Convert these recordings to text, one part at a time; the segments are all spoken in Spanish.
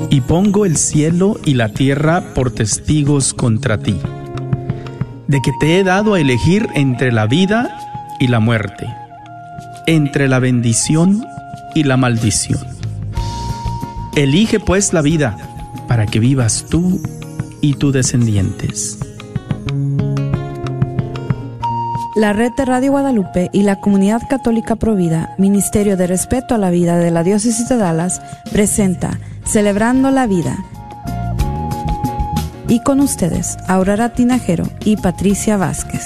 y pongo el cielo y la tierra por testigos contra ti, de que te he dado a elegir entre la vida y la muerte, entre la bendición y la maldición. Elige pues la vida, para que vivas tú y tus descendientes. La Red de Radio Guadalupe y la Comunidad Católica Provida, Ministerio de Respeto a la Vida de la Diócesis de Dallas, presenta Celebrando la Vida. Y con ustedes, Aurora Tinajero y Patricia Vázquez.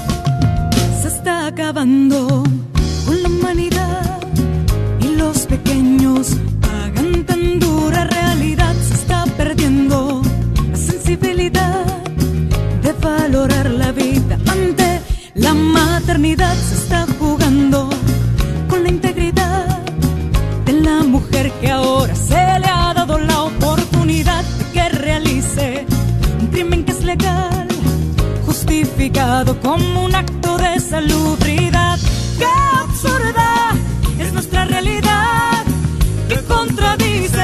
Se está acabando con la humanidad y los pequeños pagan tan dura realidad. Se está perdiendo la sensibilidad de valorar la vida. Ante la maternidad se está jugando con la integridad de la mujer, que ahora se le ha dado la oportunidad de que realice un crimen que es legal, justificado como un acto de salubridad. ¡Qué absurda es nuestra realidad, que contradice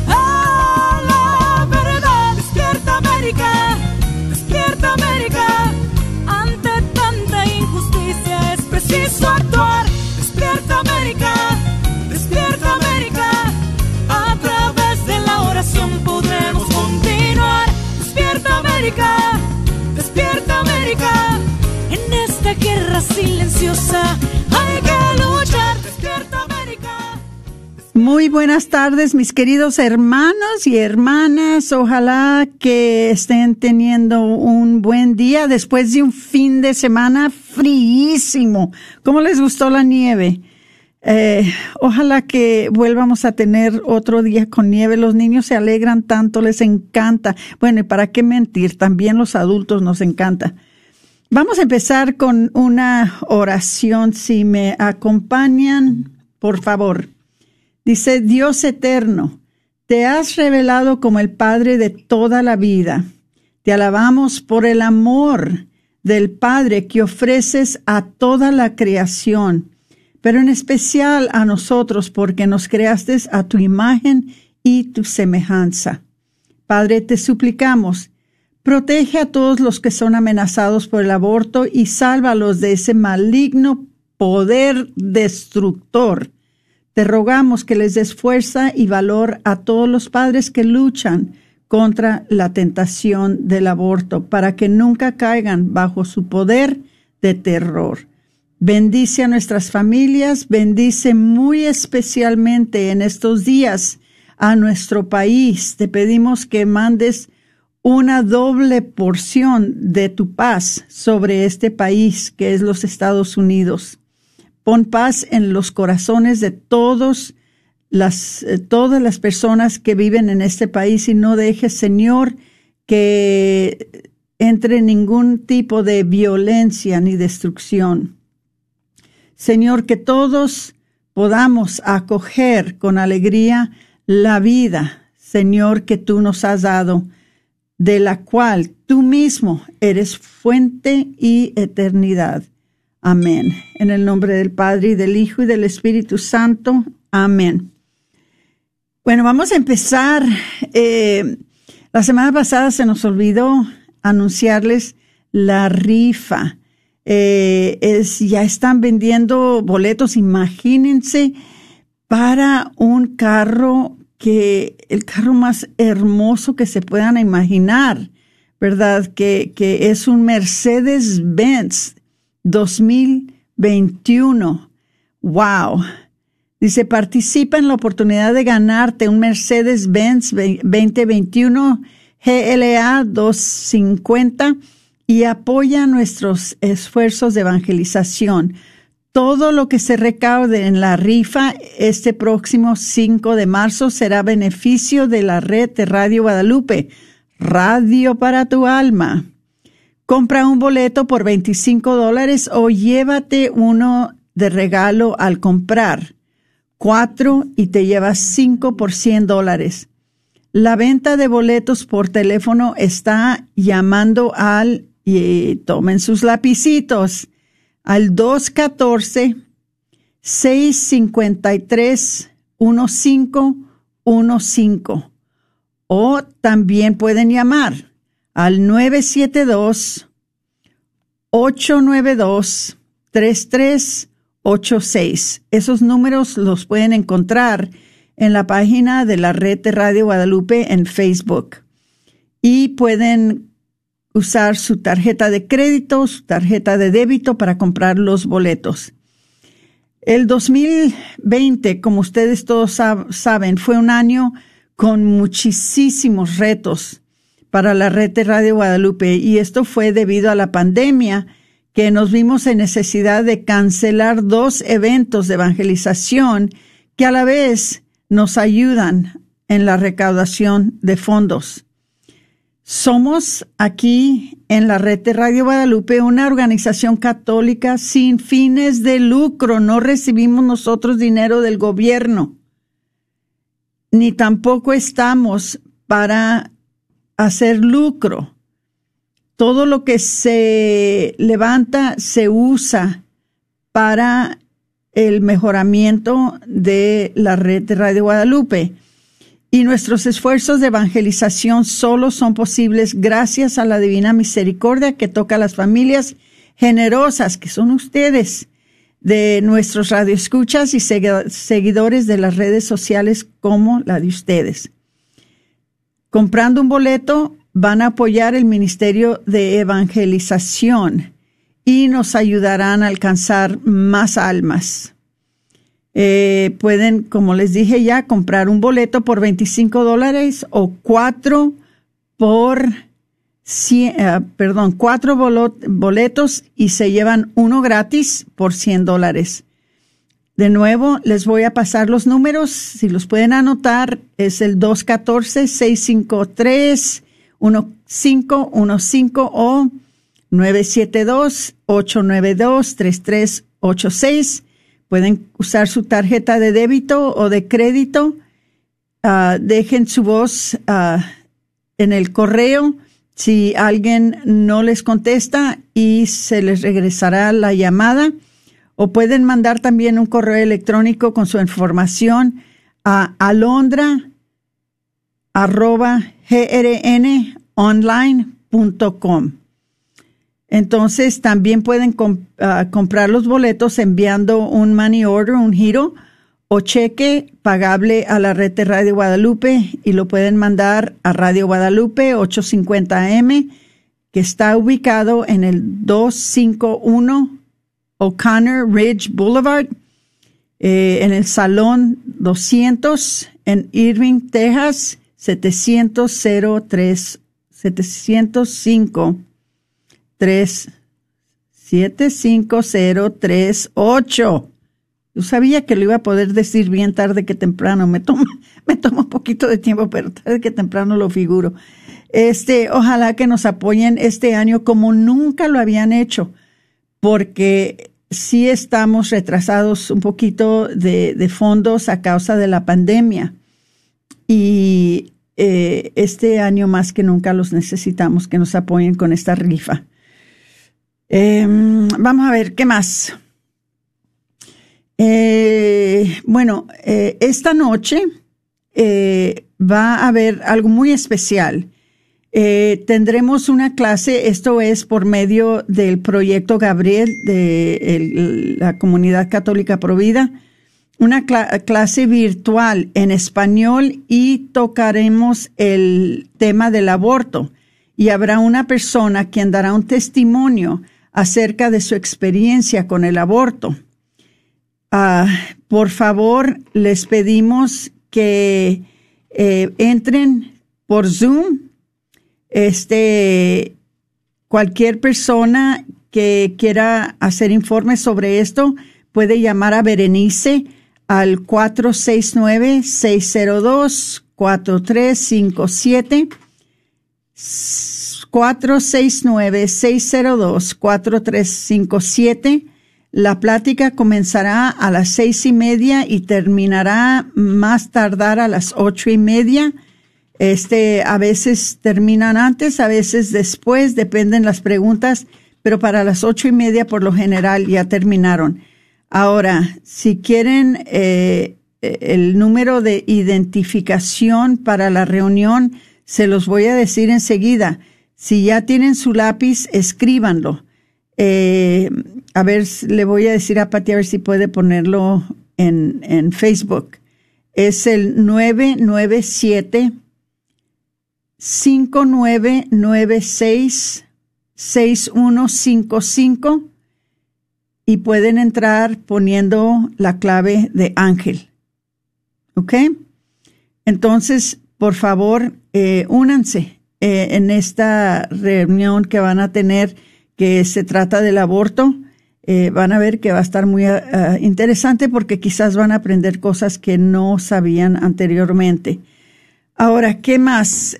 a la verdad! ¡Despierta América! ¡Despierta América! Ante tanta injusticia es preciso actuar. ¡Despierta América! ¡Despierta América! A través de la oración podremos continuar. ¡Despierta América! ¡Despierta América! En esta guerra silenciosa hay que luchar. ¡Despierta América! Muy buenas tardes, mis queridos hermanos y hermanas. Ojalá que estén teniendo un buen día después de un fin de semana fríísimo. ¿Cómo les gustó la nieve? Ojalá que vuelvamos a tener otro día con nieve. Los niños se alegran tanto, les encanta. Bueno, y para qué mentir, también los adultos nos encanta. Vamos a empezar con una oración. Si me acompañan, por favor. Dice: Dios eterno, te has revelado como el Padre de toda la vida. Te alabamos por el amor del Padre que ofreces a toda la creación, pero en especial a nosotros, porque nos creaste a tu imagen y tu semejanza. Padre, te suplicamos, protege a todos los que son amenazados por el aborto y sálvalos de ese maligno poder destructor. Te rogamos que les des fuerza y valor a todos los padres que luchan contra la tentación del aborto, para que nunca caigan bajo su poder de terror. Bendice a nuestras familias, bendice muy especialmente en estos días a nuestro país. Te pedimos que mandes una doble porción de tu paz sobre este país que es los Estados Unidos. Pon paz en los corazones de todas las personas que viven en este país, y no dejes, Señor, que entre ningún tipo de violencia ni destrucción. Señor, que todos podamos acoger con alegría la vida, Señor, que tú nos has dado, de la cual tú mismo eres fuente y eternidad. Amén. En el nombre del Padre, y del Hijo, y del Espíritu Santo. Amén. Bueno, vamos a empezar. La semana pasada se nos olvidó anunciarles la rifa. Ya están vendiendo boletos, imagínense, para un carro, el carro más hermoso que se puedan imaginar, ¿verdad? Que es un Mercedes-Benz 2021. ¡Wow! Dice, participa en la oportunidad de ganarte un Mercedes-Benz 2021 GLA 250 y apoya nuestros esfuerzos de evangelización. Todo lo que se recaude en la rifa este próximo 5 de marzo será beneficio de la red de Radio Guadalupe, Radio para tu alma. Compra un boleto por $25 o llévate uno de regalo al comprar 4 y te llevas 5 por $100. La venta de boletos por teléfono está llamando y tomen sus lapicitos, al 214-653-1515 o también pueden llamar al 972-892-3386. Esos números los pueden encontrar en la página de la Red de Radio Guadalupe en Facebook. Y pueden usar su tarjeta de crédito, su tarjeta de débito para comprar los boletos. El 2020, como ustedes todos saben, fue un año con muchísimos retos para la Red de Radio Guadalupe, y esto fue debido a la pandemia, que nos vimos en necesidad de cancelar 2 eventos de evangelización que a la vez nos ayudan en la recaudación de fondos. Somos aquí en la Red de Radio Guadalupe una organización católica sin fines de lucro. No recibimos nosotros dinero del gobierno, ni tampoco estamos para hacer lucro. Todo lo que se levanta se usa para el mejoramiento de la Red de Radio Guadalupe. Y nuestros esfuerzos de evangelización solo son posibles gracias a la divina misericordia que toca a las familias generosas, que son ustedes, de nuestros radioescuchas y seguidores de las redes sociales como la de ustedes. Comprando un boleto van a apoyar el Ministerio de Evangelización y nos ayudarán a alcanzar más almas. Pueden, como les dije ya, comprar un boleto por $25 o 4 boletos y se llevan uno gratis por $100. De nuevo, les voy a pasar los números. Si los pueden anotar, es el 214-653-1515 o 972-892-3386. Pueden usar su tarjeta de débito o de crédito. Dejen su voz en el correo si alguien no les contesta y se les regresará la llamada. O pueden mandar también un correo electrónico con su información a alondra@grnonline.com. Entonces, también pueden comprar los boletos enviando un money order, un giro o cheque pagable a la Red de Radio Guadalupe, y lo pueden mandar a Radio Guadalupe 850 AM, que está ubicado en el 251 O'Connor Ridge Boulevard, en el Salón 200 en Irving, Texas, 75038. Yo sabía que lo iba a poder decir bien tarde que temprano. Me toma un poquito de tiempo, pero tarde que temprano lo figuro. Ojalá que nos apoyen este año como nunca lo habían hecho, porque sí estamos retrasados un poquito de fondos a causa de la pandemia. Y este año más que nunca los necesitamos, que nos apoyen con esta rifa. Vamos a ver, ¿qué más? Esta noche va a haber algo muy especial. Tendremos una clase, esto es por medio del Proyecto Gabriel de la Comunidad Católica Provida, una clase virtual en español, y tocaremos el tema del aborto. Y habrá una persona quien dará un testimonio acerca de su experiencia con el aborto. Por favor, les pedimos que entren por Zoom. Cualquier persona que quiera hacer informes sobre esto puede llamar a Berenice al 469-602-4357. 469-602-4357. La plática comenzará a las 6:30 y terminará más tardar a las 8:30. A veces terminan antes, a veces después, dependen las preguntas, pero para las 8:30 por lo general ya terminaron. Ahora, si quieren el número de identificación para la reunión, Se los voy a decir enseguida. Si ya tienen su lápiz, escríbanlo. A ver, le voy a decir a Pati a ver si puede ponerlo en Facebook. Es el 997-5996-6155 y pueden entrar poniendo la clave de Ángel. ¿Ok? Entonces, por favor, únanse en esta reunión que van a tener, que se trata del aborto. Van a ver que va a estar muy interesante porque quizás van a aprender cosas que no sabían anteriormente. Ahora, ¿qué más?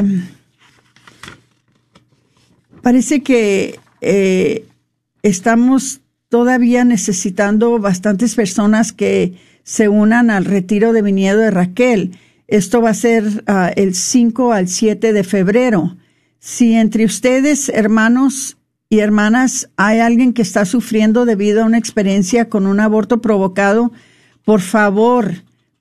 Parece que estamos todavía necesitando bastantes personas que se unan al retiro de viñedo de Raquel. Esto va a ser el 5 al 7 de febrero. Si entre ustedes, hermanos y hermanas, hay alguien que está sufriendo debido a una experiencia con un aborto provocado, por favor,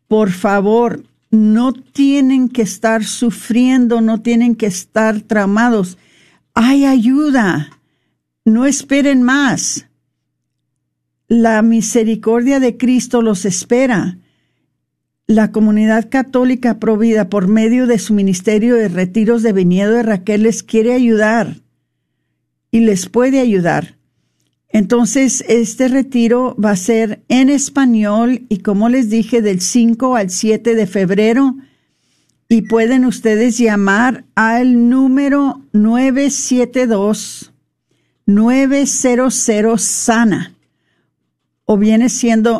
no tienen que estar sufriendo, no tienen que estar traumados. Hay ayuda. No esperen más. La misericordia de Cristo los espera. La comunidad católica Provida, por medio de su ministerio de retiros de viñedo de Raquel, les quiere ayudar y les puede ayudar. Entonces, este retiro va a ser en español y, como les dije, del 5 al 7 de febrero. Y pueden ustedes llamar al número 972-900-SANA. O viene siendo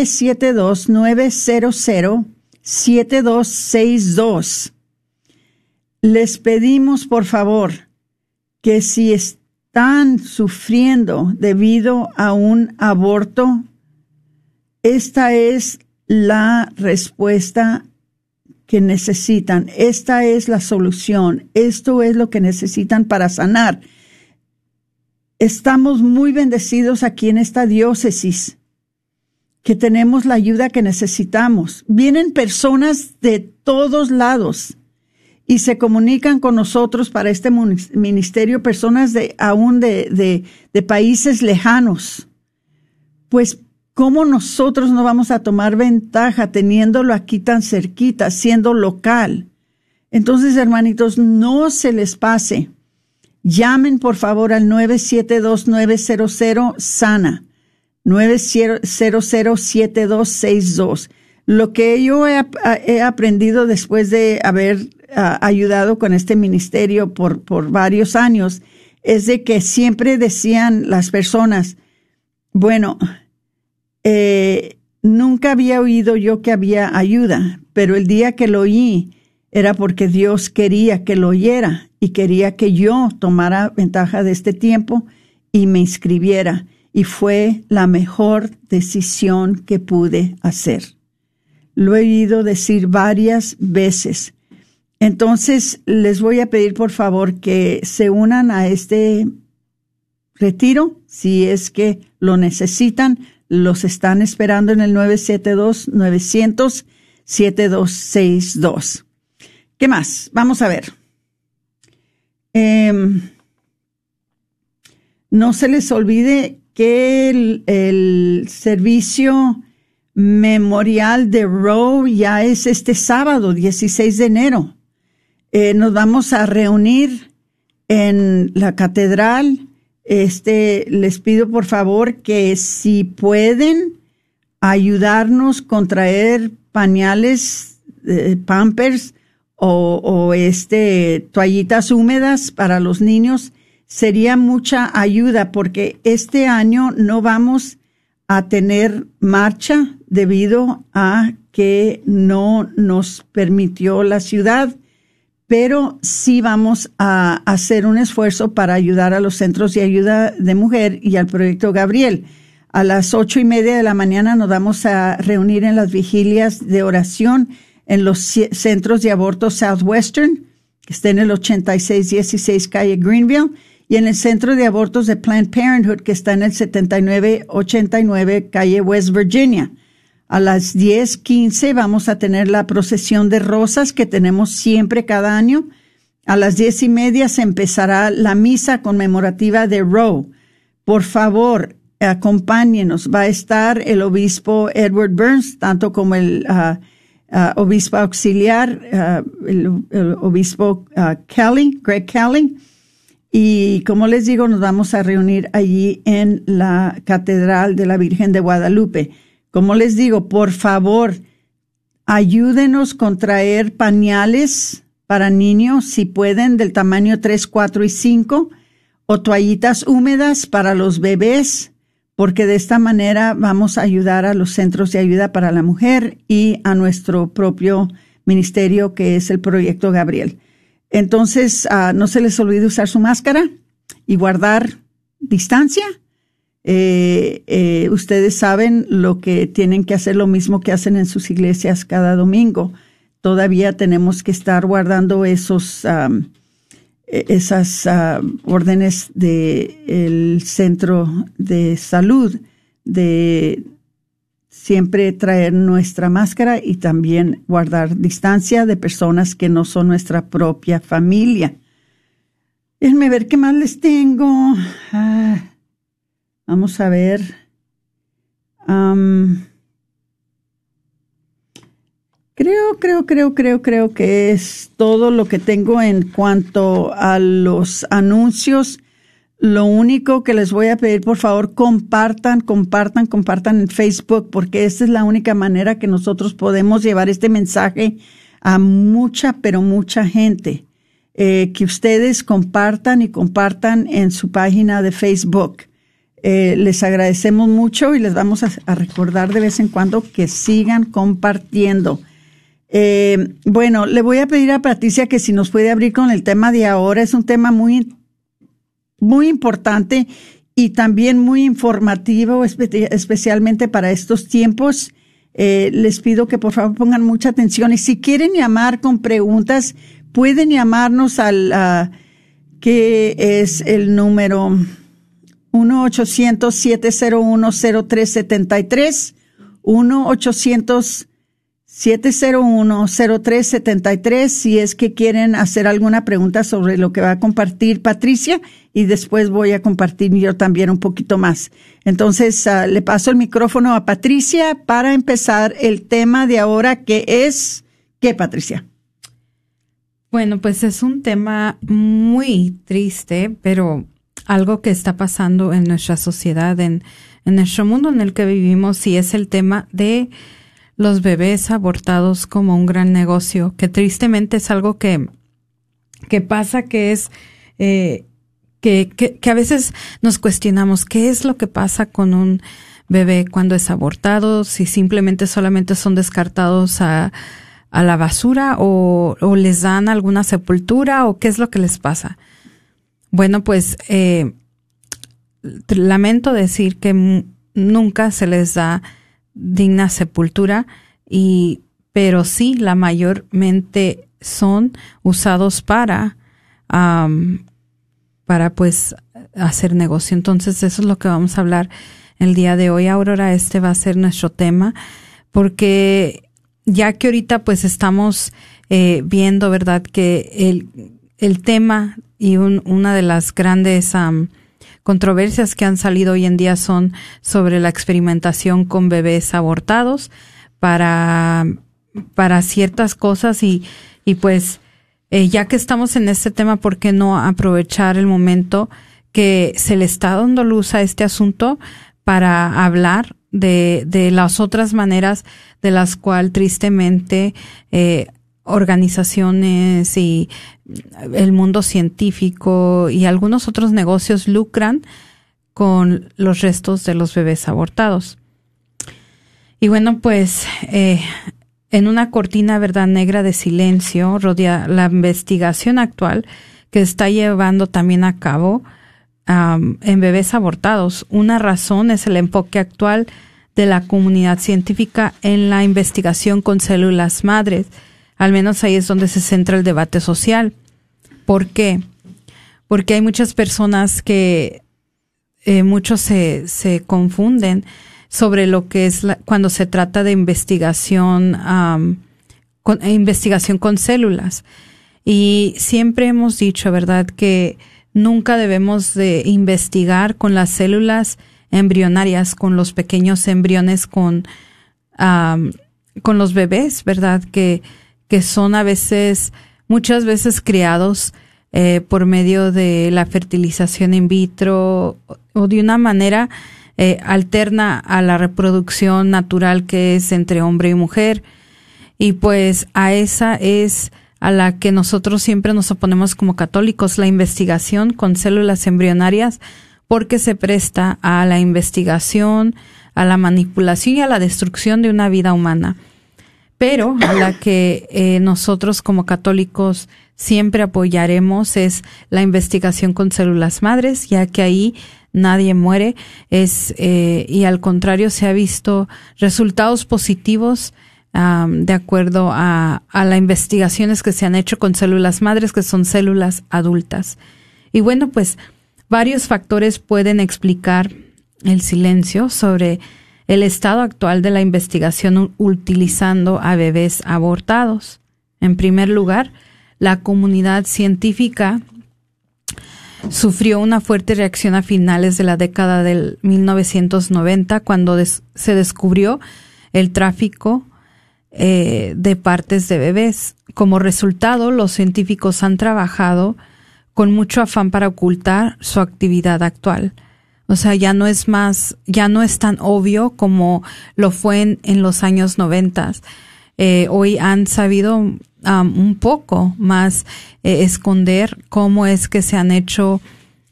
972-900-7262. Les pedimos, por favor, que si están sufriendo debido a un aborto, esta es la respuesta que necesitan. Esta es la solución. Esto es lo que necesitan para sanar. Estamos muy bendecidos aquí en esta diócesis, que tenemos la ayuda que necesitamos. Vienen personas de todos lados y se comunican con nosotros para este ministerio, personas aún de países lejanos. Pues, ¿cómo nosotros no vamos a tomar ventaja teniéndolo aquí tan cerquita, siendo local? Entonces, hermanitos, no se les pase. Llamen, por favor, al 972-900-SANA, 900-7262. Lo que yo he aprendido después de haber ayudado con este ministerio por varios años es de que siempre decían las personas, bueno, nunca había oído yo que había ayuda, pero el día que lo oí era porque Dios quería que lo oyera y quería que yo tomara ventaja de este tiempo y me inscribiera. Y fue la mejor decisión que pude hacer. Lo he oído decir varias veces. Entonces, les voy a pedir, por favor, que se unan a este retiro. Si es que lo necesitan, los están esperando en el 972-900-7262. ¿Qué más? Vamos a ver. No se les olvide que el servicio memorial de Roe ya es este sábado, 16 de enero. Nos vamos a reunir en la catedral. Les pido por favor que si pueden ayudarnos con traer pañales, Pampers o toallitas húmedas para los niños, sería mucha ayuda porque este año no vamos a tener marcha debido a que no nos permitió la ciudad, pero sí vamos a hacer un esfuerzo para ayudar a los centros de ayuda de mujer y al Proyecto Gabriel. A las 8:30 de la mañana nos vamos a reunir en las vigilias de oración en los centros de aborto Southwestern, que está en el 8616 calle Greenville, y en el centro de abortos de Planned Parenthood, que está en el 7989 calle West Virginia. A las 10:15 vamos a tener la procesión de rosas que tenemos siempre cada año. A las 10:30 se empezará la misa conmemorativa de Roe. Por favor, acompáñenos. Va a estar el obispo Edward Burns, tanto como el obispo auxiliar, el obispo Greg Kelly. Y como les digo, nos vamos a reunir allí en la Catedral de la Virgen de Guadalupe. Como les digo, por favor, ayúdenos con traer pañales para niños, si pueden, del tamaño 3, 4 y 5, o toallitas húmedas para los bebés, porque de esta manera vamos a ayudar a los centros de ayuda para la mujer y a nuestro propio ministerio, que es el Proyecto Gabriel. Entonces, no se les olvide usar su máscara y guardar distancia. Ustedes saben lo que tienen que hacer, lo mismo que hacen en sus iglesias cada domingo. Todavía tenemos que estar guardando esas órdenes del centro de salud, de siempre traer nuestra máscara y también guardar distancia de personas que no son nuestra propia familia. Déjenme ver qué más les tengo. Vamos a ver. Creo que es todo lo que tengo en cuanto a los anuncios. Lo único que les voy a pedir, por favor, compartan en Facebook, porque esta es la única manera que nosotros podemos llevar este mensaje a mucha gente. Que ustedes compartan en su página de Facebook. Les agradecemos mucho y les vamos a recordar de vez en cuando que sigan compartiendo. Bueno, le voy a pedir a Patricia que si nos puede abrir con el tema de ahora. Es un tema muy importante y también muy informativo, especialmente para estos tiempos. Les pido que por favor pongan mucha atención y si quieren llamar con preguntas, pueden llamarnos al que es el número 1-800-701-0373, 1-800-701-0373, si es que quieren hacer alguna pregunta sobre lo que va a compartir Patricia, y después voy a compartir yo también un poquito más. Entonces, le paso el micrófono a Patricia para empezar el tema de ahora, que es, ¿qué, Patricia? Bueno, pues es un tema muy triste, pero algo que está pasando en nuestra sociedad, en nuestro mundo en el que vivimos, y es el tema de los bebés abortados como un gran negocio, que tristemente es algo que pasa, que es que a veces nos cuestionamos qué es lo que pasa con un bebé cuando es abortado, si simplemente solamente son descartados a la basura o les dan alguna sepultura o qué es lo que les pasa. Bueno, pues lamento decir que nunca se les da digna sepultura, pero sí la mayormente son usados para pues hacer negocio. Entonces eso es lo que vamos a hablar el día de hoy. Aurora, este va a ser nuestro tema, porque ya que ahorita pues estamos viendo, ¿verdad?, que el tema y una de las grandes controversias que han salido hoy en día son sobre la experimentación con bebés abortados para ciertas cosas y pues ya que estamos en este tema, ¿por qué no aprovechar el momento que se le está dando luz a este asunto para hablar de las otras maneras de las cuales tristemente organizaciones y el mundo científico y algunos otros negocios lucran con los restos de los bebés abortados? Y bueno, pues en una cortina, ¿verdad?, negra de silencio rodea la investigación actual que está llevando también a cabo en bebés abortados. Una razón es el enfoque actual de la comunidad científica en la investigación con células madres. Al menos ahí es donde se centra el debate social. ¿Por qué? Porque hay muchas personas que muchos se confunden sobre lo que es cuando se trata de investigación con células. Y siempre hemos dicho, ¿verdad?, que nunca debemos de investigar con las células embrionarias, con los pequeños embriones, con los bebés, ¿verdad?, que son muchas veces criados por medio de la fertilización in vitro o de una manera alterna a la reproducción natural que es entre hombre y mujer. Y pues a esa es a la que nosotros siempre nos oponemos como católicos, la investigación con células embrionarias, porque se presta a la investigación, a la manipulación y a la destrucción de una vida humana. Pero a la que nosotros como católicos siempre apoyaremos es la investigación con células madres, ya que ahí nadie muere, y al contrario se ha visto resultados positivos de acuerdo a las investigaciones que se han hecho con células madres, que son células adultas. Y bueno, pues varios factores pueden explicar el silencio sobre el estado actual de la investigación utilizando a bebés abortados. En primer lugar, la comunidad científica sufrió una fuerte reacción a finales de la década del 1990 cuando se descubrió el tráfico de partes de bebés. Como resultado, los científicos han trabajado con mucho afán para ocultar su actividad actual. O sea, ya no es tan obvio como lo fue en los años 90. Hoy han sabido un poco más esconder cómo es que se han hecho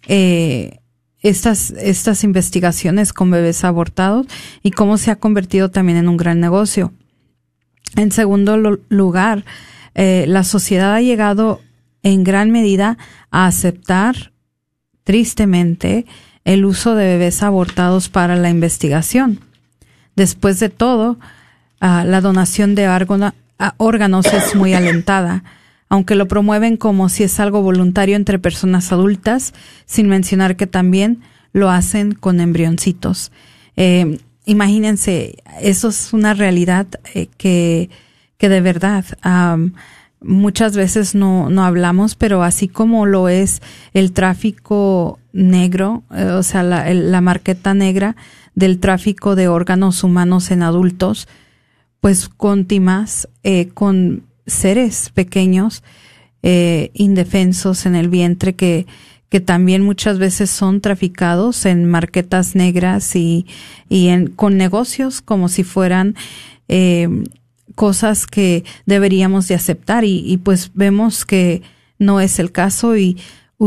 estas investigaciones con bebés abortados y cómo se ha convertido también en un gran negocio. En segundo lugar, la sociedad ha llegado en gran medida a aceptar, tristemente, el uso de bebés abortados para la investigación. Después de todo, la donación de órganos es muy alentada, aunque lo promueven como si es algo voluntario entre personas adultas, sin mencionar que también lo hacen con embrioncitos. Imagínense, eso es una realidad que de verdad muchas veces no hablamos, pero así como lo es el tráfico negro, o sea, la marqueta negra del tráfico de órganos humanos en adultos, pues contimas con seres pequeños indefensos en el vientre que también muchas veces son traficados en marquetas negras y con negocios como si fueran cosas que deberíamos de aceptar y pues vemos que no es el caso y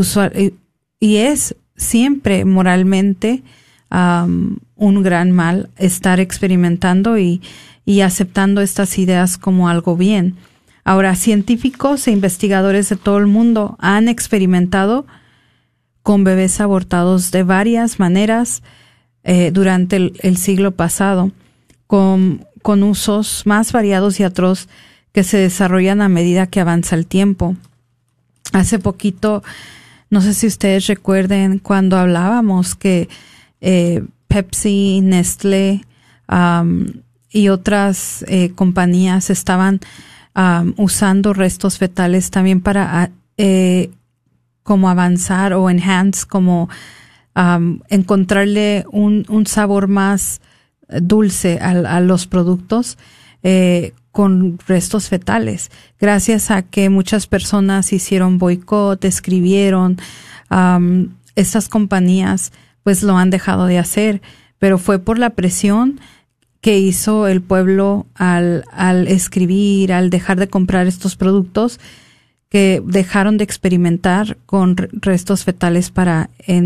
es siempre moralmente un gran mal estar experimentando y aceptando estas ideas como algo bien. Ahora, científicos e investigadores de todo el mundo han experimentado con bebés abortados de varias maneras durante el siglo pasado, con usos más variados y atroz que se desarrollan a medida que avanza el tiempo. Hace poquito, no sé si ustedes recuerden cuando hablábamos que Pepsi, Nestlé y otras compañías estaban usando restos fetales también para como avanzar o enhance, como encontrarle un sabor más dulce a los productos con restos fetales. Gracias a que muchas personas hicieron boicot, escribieron, estas compañías pues lo han dejado de hacer, pero fue por la presión que hizo el pueblo al escribir, al dejar de comprar estos productos, que dejaron de experimentar con restos fetales para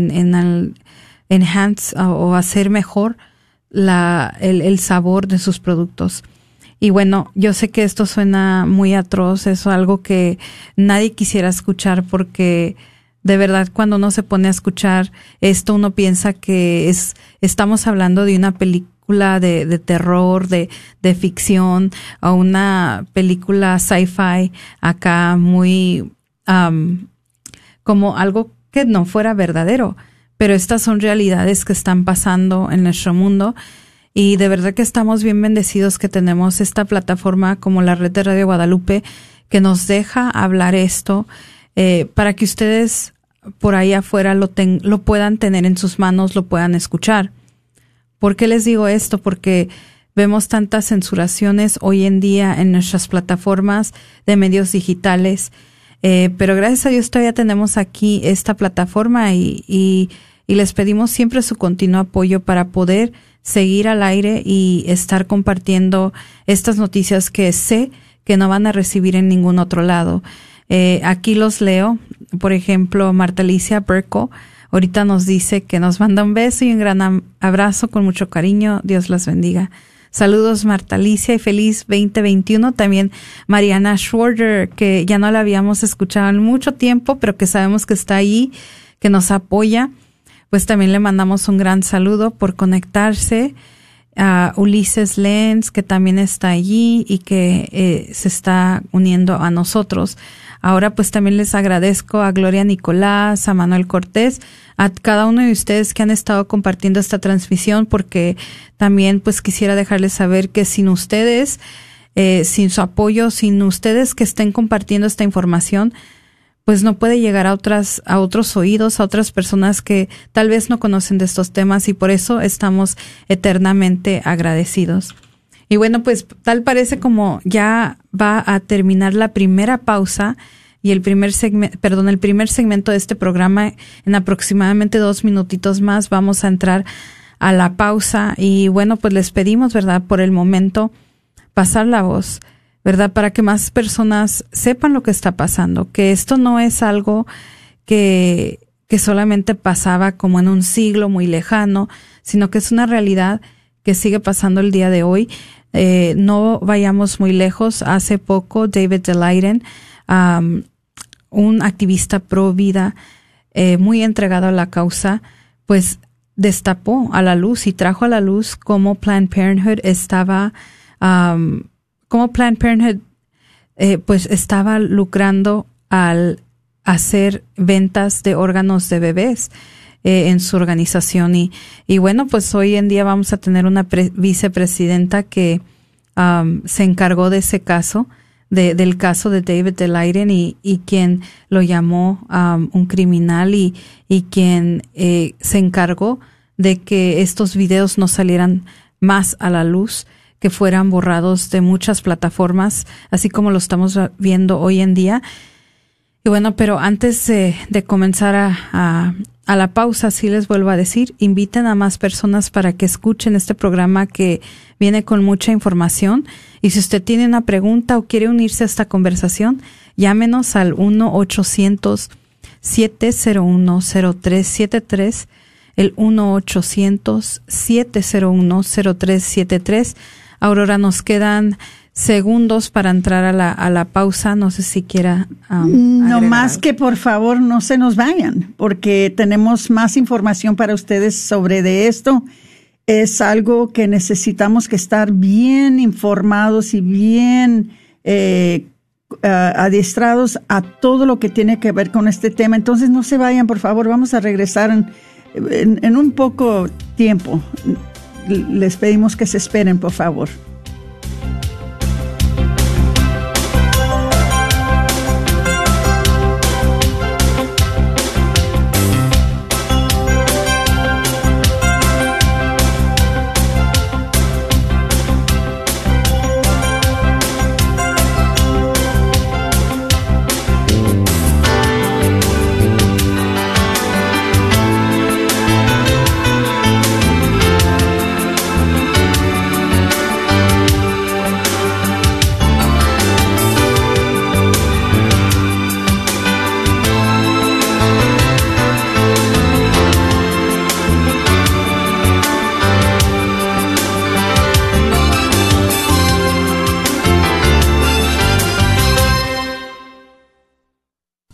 enhance o hacer mejor el sabor de sus productos. Y bueno, yo sé que esto suena muy atroz, es algo que nadie quisiera escuchar, porque de verdad cuando uno se pone a escuchar esto, uno piensa que estamos hablando de una película de terror, de ficción, o una película sci-fi acá muy como algo que no fuera verdadero. Pero estas son realidades que están pasando en nuestro mundo Y de verdad que estamos bien bendecidos que tenemos esta plataforma como la Red de Radio Guadalupe que nos deja hablar esto para que ustedes por ahí afuera lo puedan tener en sus manos, lo puedan escuchar. ¿Por qué les digo esto? Porque vemos tantas censuraciones hoy en día en nuestras plataformas de medios digitales, pero gracias a Dios todavía tenemos aquí esta plataforma y les pedimos siempre su continuo apoyo para poder seguir al aire y estar compartiendo estas noticias que sé que no van a recibir en ningún otro lado. Aquí los leo. Por ejemplo, Marta Alicia Berco ahorita nos dice que nos manda un beso y un gran abrazo con mucho cariño. Dios las bendiga. Saludos, Marta Alicia, y feliz 2021. También Mariana Schwarder, que ya no la habíamos escuchado en mucho tiempo, pero que sabemos que está ahí, que nos apoya. Pues también le mandamos un gran saludo por conectarse. A Ulises Lenz, que también está allí y que se está uniendo a nosotros. Ahora pues también les agradezco a Gloria Nicolás, a Manuel Cortés, a cada uno de ustedes que han estado compartiendo esta transmisión, porque también pues quisiera dejarles saber que sin ustedes, sin su apoyo, sin ustedes que estén compartiendo esta información, pues no puede llegar a otros oídos, a otras personas que tal vez no conocen de estos temas, y por eso estamos eternamente agradecidos. Y bueno, pues tal parece como ya va a terminar la primera pausa y el primer segmento de este programa. En aproximadamente 2 minutitos más vamos a entrar a la pausa, y bueno, pues les pedimos, ¿verdad?, por el momento pasar la voz, ¿verdad?, para que más personas sepan lo que está pasando, que esto no es algo que solamente pasaba como en un siglo muy lejano, sino que es una realidad que sigue pasando el día de hoy. No vayamos muy lejos. Hace poco David Daleiden, un activista pro vida, muy entregado a la causa, pues destapó a la luz y trajo a la luz cómo Planned Parenthood estaba pues estaba lucrando al hacer ventas de órganos de bebés en su organización. Y bueno, pues hoy en día vamos a tener una vicepresidenta que se encargó de ese caso, del caso de David Daleiden, y quien lo llamó un criminal, y quien se encargó de que estos videos no salieran más a la luz, que fueran borrados de muchas plataformas, así como lo estamos viendo hoy en día. Y bueno, pero antes de comenzar a la pausa, sí les vuelvo a decir, inviten a más personas para que escuchen este programa que viene con mucha información. Y si usted tiene una pregunta o quiere unirse a esta conversación, llámenos al 1-800-701-0373, el 1-800-701-0373. Aurora, nos quedan segundos para entrar a la pausa. No sé si quiera no más que por favor no se nos vayan, porque tenemos más información para ustedes sobre de esto. Es algo que necesitamos que estar bien informados y bien adiestrados a todo lo que tiene que ver con este tema. Entonces no se vayan, por favor. Vamos a regresar en un poco tiempo. Les pedimos que se esperen, por favor.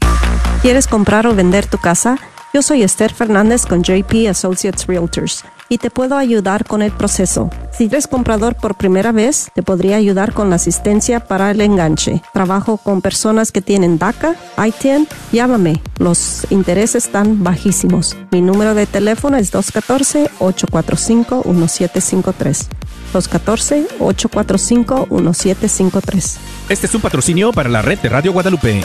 ¿Quieres comprar o vender tu casa? Yo soy Esther Fernández con JP Associates Realtors y te puedo ayudar con el proceso. Si eres comprador por primera vez, te podría ayudar con la asistencia para el enganche. Trabajo con personas que tienen DACA, ITIN. Llámame, los intereses están bajísimos. Mi número de teléfono es 214-845-1753. 214-845-1753. Este es un patrocinio para la red de Radio Guadalupe.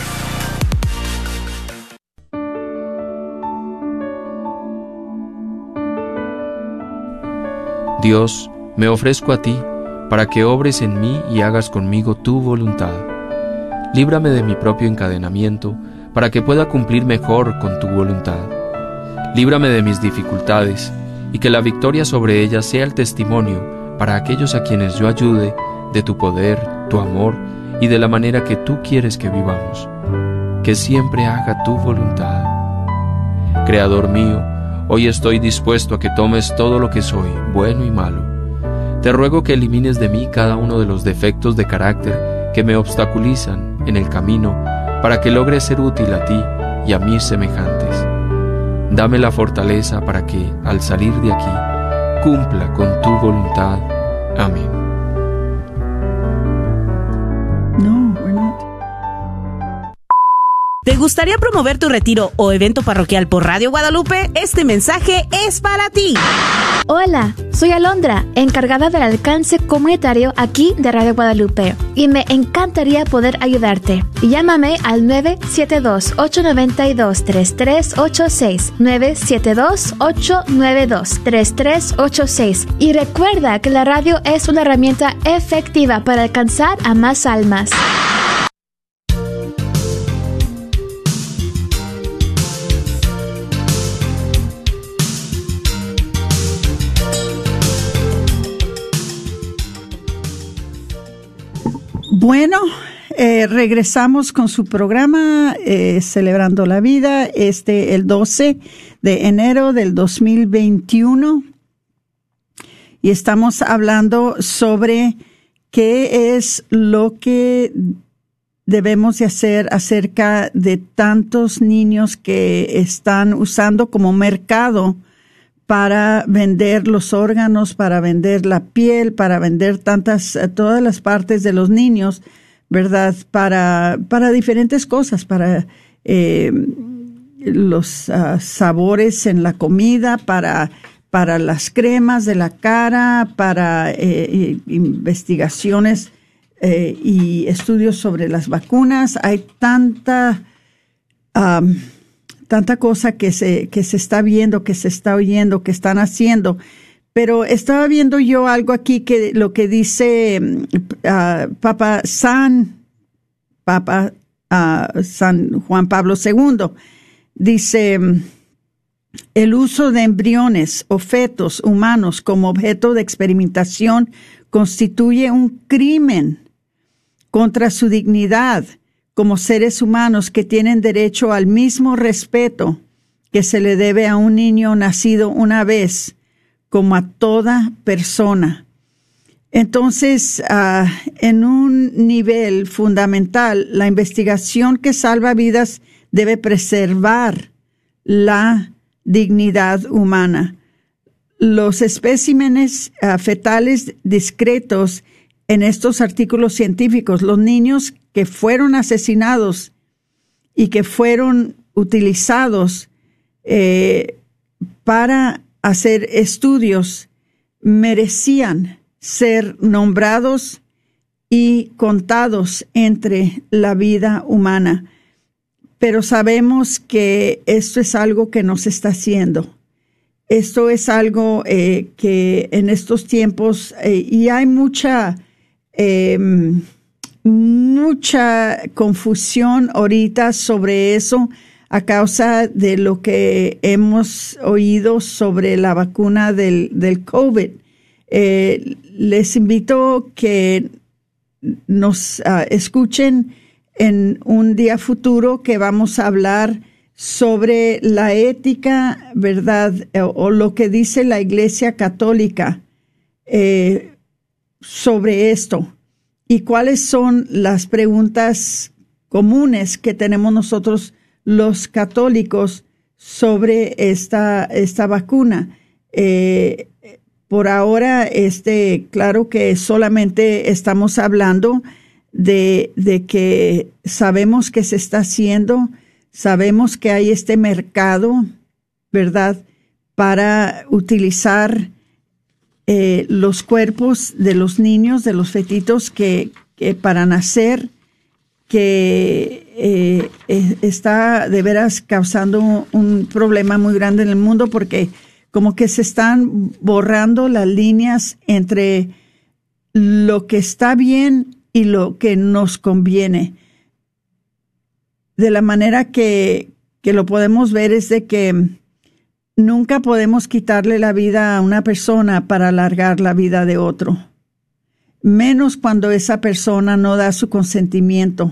Dios, me ofrezco a ti para que obres en mí y hagas conmigo tu voluntad. Líbrame de mi propio encadenamiento para que pueda cumplir mejor con tu voluntad. Líbrame de mis dificultades y que la victoria sobre ellas sea el testimonio para aquellos a quienes yo ayude de tu poder, tu amor y de la manera que tú quieres que vivamos. Que siempre haga tu voluntad. Creador mío, hoy estoy dispuesto a que tomes todo lo que soy, bueno y malo. Te ruego que elimines de mí cada uno de los defectos de carácter que me obstaculizan en el camino para que logre ser útil a ti y a mis semejantes. Dame la fortaleza para que, al salir de aquí, cumpla con tu voluntad. Amén. ¿Te gustaría promover tu retiro o evento parroquial por Radio Guadalupe? Este mensaje es para ti. Hola, soy Alondra, encargada del alcance comunitario aquí de Radio Guadalupe, y me encantaría poder ayudarte. Llámame al 972-892-3386, 972-892-3386, y recuerda que la radio es una herramienta efectiva para alcanzar a más almas. Bueno, regresamos con su programa Celebrando la Vida, el 12 de enero del 2021. Y estamos hablando sobre qué es lo que debemos de hacer acerca de tantos niños que están usando como mercado para vender los órganos, para vender la piel, para vender todas las partes de los niños, ¿verdad? Para diferentes cosas, para los sabores en la comida, para las cremas de la cara, para investigaciones y estudios sobre las vacunas. Hay tanta cosa que se está viendo, que se está oyendo, que están haciendo. Pero estaba viendo yo algo aquí que lo que dice Papa San Juan Pablo II. Dice, el uso de embriones o fetos humanos como objeto de experimentación constituye un crimen contra su dignidad como seres humanos que tienen derecho al mismo respeto que se le debe a un niño nacido una vez, como a toda persona. Entonces, en un nivel fundamental, la investigación que salva vidas debe preservar la dignidad humana. Los especímenes fetales discretos en estos artículos científicos, los niños que fueron asesinados y que fueron utilizados para hacer estudios, merecían ser nombrados y contados entre la vida humana. Pero sabemos que esto es algo que no se está haciendo. Esto es algo que en estos tiempos, y hay mucha confusión ahorita sobre eso a causa de lo que hemos oído sobre la vacuna del COVID. Les invito que nos escuchen en un día futuro que vamos a hablar sobre la ética, ¿verdad? O lo que dice la Iglesia Católica sobre esto y cuáles son las preguntas comunes que tenemos nosotros los católicos sobre esta vacuna. por ahora, claro que solamente estamos hablando de que sabemos que se está haciendo, sabemos que hay este mercado, ¿verdad?, para utilizar los cuerpos de los niños, de los fetitos que para nacer, que está de veras causando un problema muy grande en el mundo, porque como que se están borrando las líneas entre lo que está bien y lo que nos conviene. De la manera que lo podemos ver es de que nunca podemos quitarle la vida a una persona para alargar la vida de otro, menos cuando esa persona no da su consentimiento.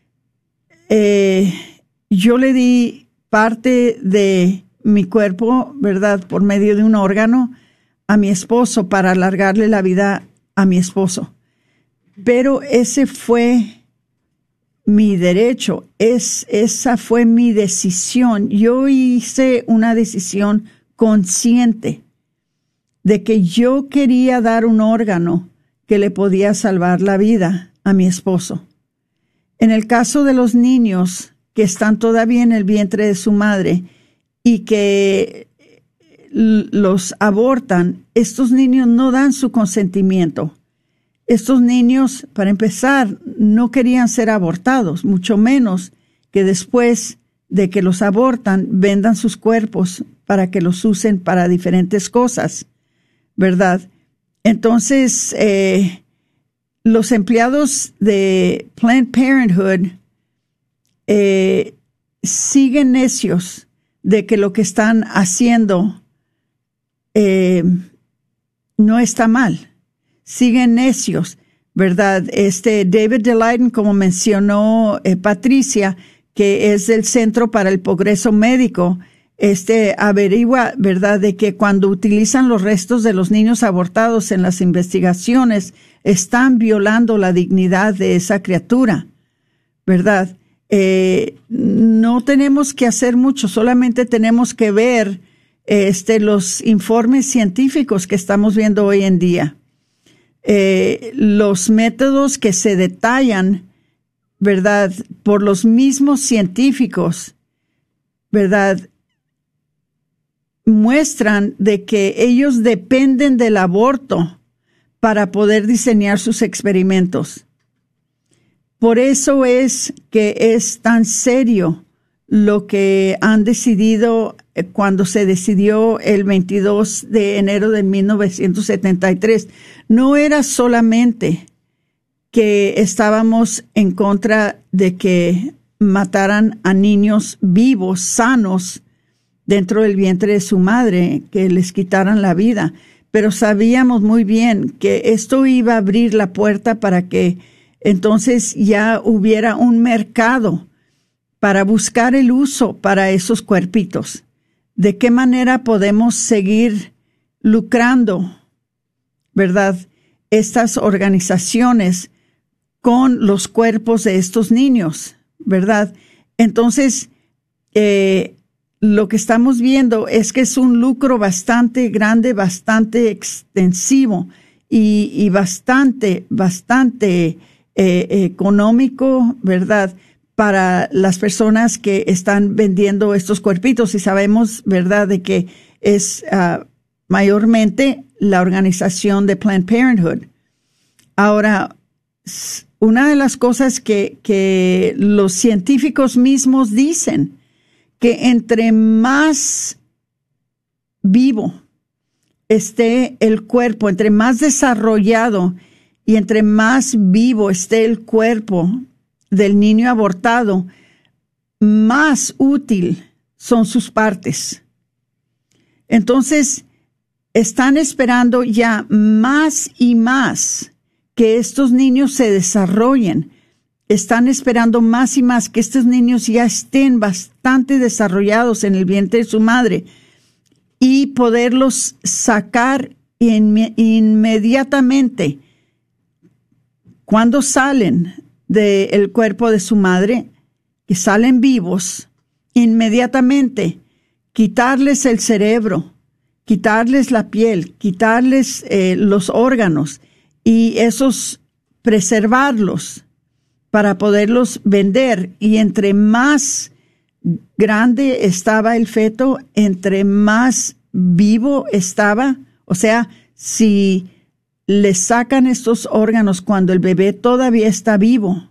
Yo le di parte de mi cuerpo, ¿verdad?, por medio de un órgano a mi esposo para alargarle la vida a mi esposo. Pero ese fue mi derecho, esa fue mi decisión. Yo hice una decisión consciente de que yo quería dar un órgano que le podía salvar la vida a mi esposo. En el caso de los niños que están todavía en el vientre de su madre y que los abortan, estos niños no dan su consentimiento. Estos niños, para empezar, no querían ser abortados, mucho menos que después de que los abortan, vendan sus cuerpos para que los usen para diferentes cosas, ¿verdad? Entonces, los empleados de Planned Parenthood siguen necios de que lo que están haciendo no está mal. Siguen necios, ¿verdad? David Daleiden, como mencionó Patricia, que es del Centro para el Progreso Médico, averigua, ¿verdad?, de que cuando utilizan los restos de los niños abortados en las investigaciones, están violando la dignidad de esa criatura, ¿verdad? No tenemos que hacer mucho, solamente tenemos que ver los informes científicos que estamos viendo hoy en día. Los métodos que se detallan, ¿verdad?, por los mismos científicos, ¿verdad?, muestran de que ellos dependen del aborto para poder diseñar sus experimentos. Por eso es que es tan serio lo que han decidido cuando se decidió el 22 de enero de 1973. No era solamente que estábamos en contra de que mataran a niños vivos, sanos, dentro del vientre de su madre, que les quitaran la vida, pero sabíamos muy bien que esto iba a abrir la puerta para que entonces ya hubiera un mercado para buscar el uso para esos cuerpitos. ¿De qué manera podemos seguir lucrando, verdad, estas organizaciones con los cuerpos de estos niños, verdad? Entonces, lo que estamos viendo es que es un lucro bastante grande, bastante extensivo y bastante económico, ¿verdad?, para las personas que están vendiendo estos cuerpitos. Y sabemos, ¿verdad?, de que es mayormente la organización de Planned Parenthood. Ahora, una de las cosas que los científicos mismos dicen, que entre más vivo esté el cuerpo, entre más desarrollado y entre más vivo esté el cuerpo del niño abortado, más útil son sus partes. Entonces, están esperando ya más y más que estos niños se desarrollen. Están esperando más y más que estos niños ya estén bastante desarrollados en el vientre de su madre y poderlos sacar inmediatamente cuando salen del cuerpo de su madre, que salen vivos, inmediatamente quitarles el cerebro, quitarles la piel, quitarles los órganos y esos preservarlos para poderlos vender. Y entre más grande estaba el feto, entre más vivo estaba. O sea, si le sacan estos órganos cuando el bebé todavía está vivo,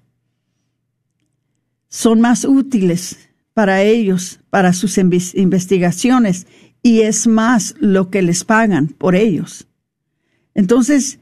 son más útiles para ellos, para sus investigaciones, y es más lo que les pagan por ellos. Entonces,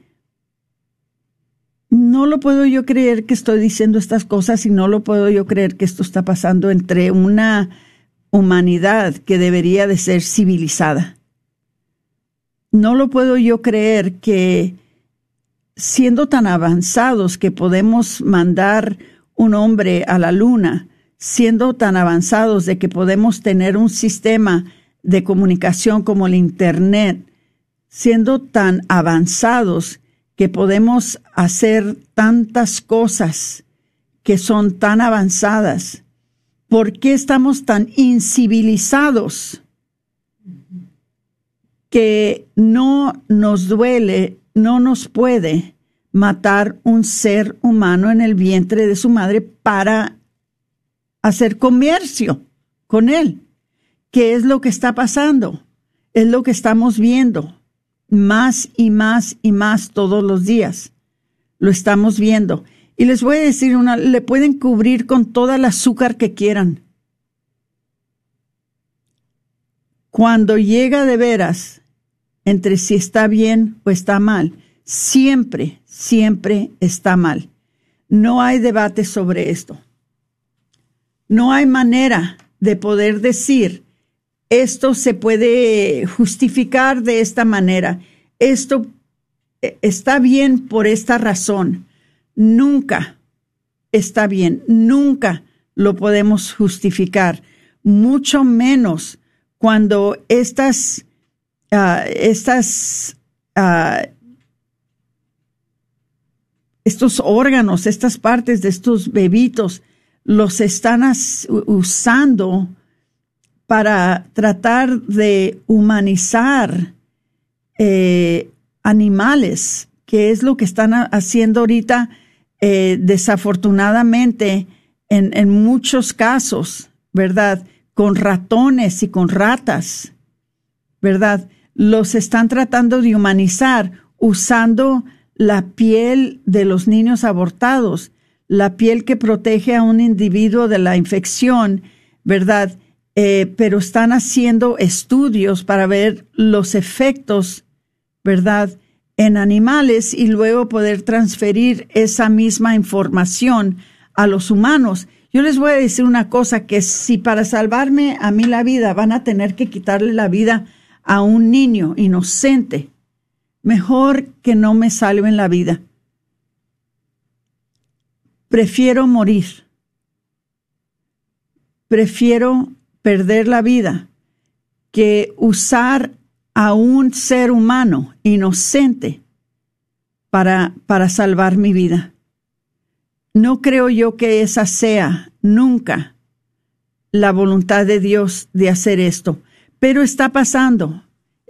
no lo puedo yo creer que estoy diciendo estas cosas, y no lo puedo yo creer que esto está pasando entre una humanidad que debería de ser civilizada. No lo puedo yo creer que, siendo tan avanzados que podemos mandar un hombre a la luna, siendo tan avanzados de que podemos tener un sistema de comunicación como el Internet, siendo tan avanzados que podemos hacer tantas cosas que son tan avanzadas, ¿por qué estamos tan incivilizados que no nos duele, no nos puede matar un ser humano en el vientre de su madre para hacer comercio con él? ¿Qué es lo que está pasando? Es lo que estamos viendo más y más y más todos los días. Lo estamos viendo. Y les voy a decir le pueden cubrir con toda el azúcar que quieran. Cuando llega de veras entre si está bien o está mal, siempre está mal. No hay debate sobre esto. No hay manera de poder decir, esto se puede justificar de esta manera. Esto está bien por esta razón. Nunca está bien. Nunca lo podemos justificar. Mucho menos cuando estos órganos, estas partes de estos bebitos, los están usando para tratar de humanizar animales, que es lo que están haciendo ahorita, desafortunadamente, en muchos casos, ¿verdad? Con ratones y con ratas, ¿verdad? Los están tratando de humanizar usando la piel de los niños abortados, la piel que protege a un individuo de la infección, ¿verdad? Pero están haciendo estudios para ver los efectos, ¿verdad?, en animales y luego poder transferir esa misma información a los humanos. Yo les voy a decir una cosa, que si para salvarme a mí la vida van a tener que quitarle la vida a un niño inocente, mejor que no me salven la vida. Prefiero morir. Prefiero perder la vida que usar a un ser humano inocente para salvar mi vida. No creo yo que esa sea nunca la voluntad de Dios de hacer esto. Pero está pasando,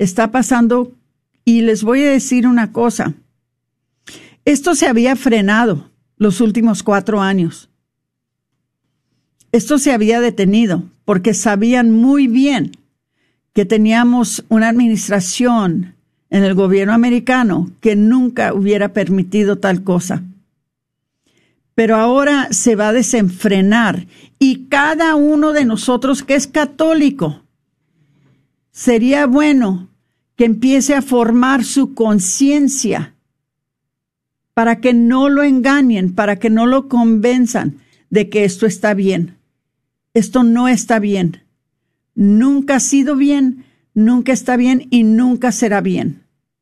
y les voy a decir una cosa. Esto se había frenado los últimos 4 años. Esto se había detenido porque sabían muy bien que teníamos una administración en el gobierno americano que nunca hubiera permitido tal cosa. Pero ahora se va a desenfrenar, y cada uno de nosotros que es católico, sería bueno que empiece a formar su conciencia para que no lo engañen, para que no lo convenzan de que esto está bien. Esto no está bien. Nunca ha sido bien, nunca está bien y nunca será bien.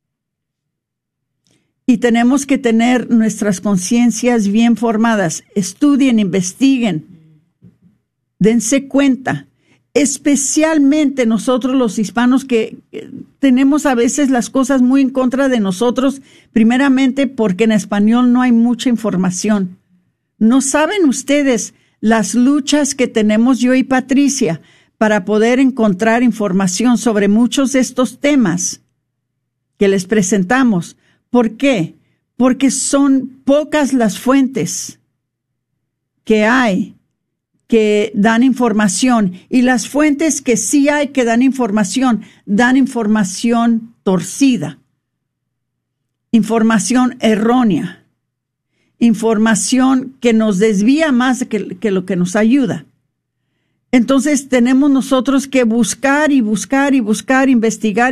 Y tenemos que tener nuestras conciencias bien formadas. Estudien, investiguen, dense cuenta. Especialmente nosotros los hispanos, que tenemos a veces las cosas muy en contra de nosotros, primeramente porque en español no hay mucha información. No saben ustedes las luchas que tenemos yo y Patricia para poder encontrar información sobre muchos de estos temas que les presentamos. ¿Por qué? Porque son pocas las fuentes que hay que dan información, y las fuentes que sí hay que dan información torcida, información errónea, información que nos desvía más que lo que nos ayuda. Entonces tenemos nosotros que buscar, investigar,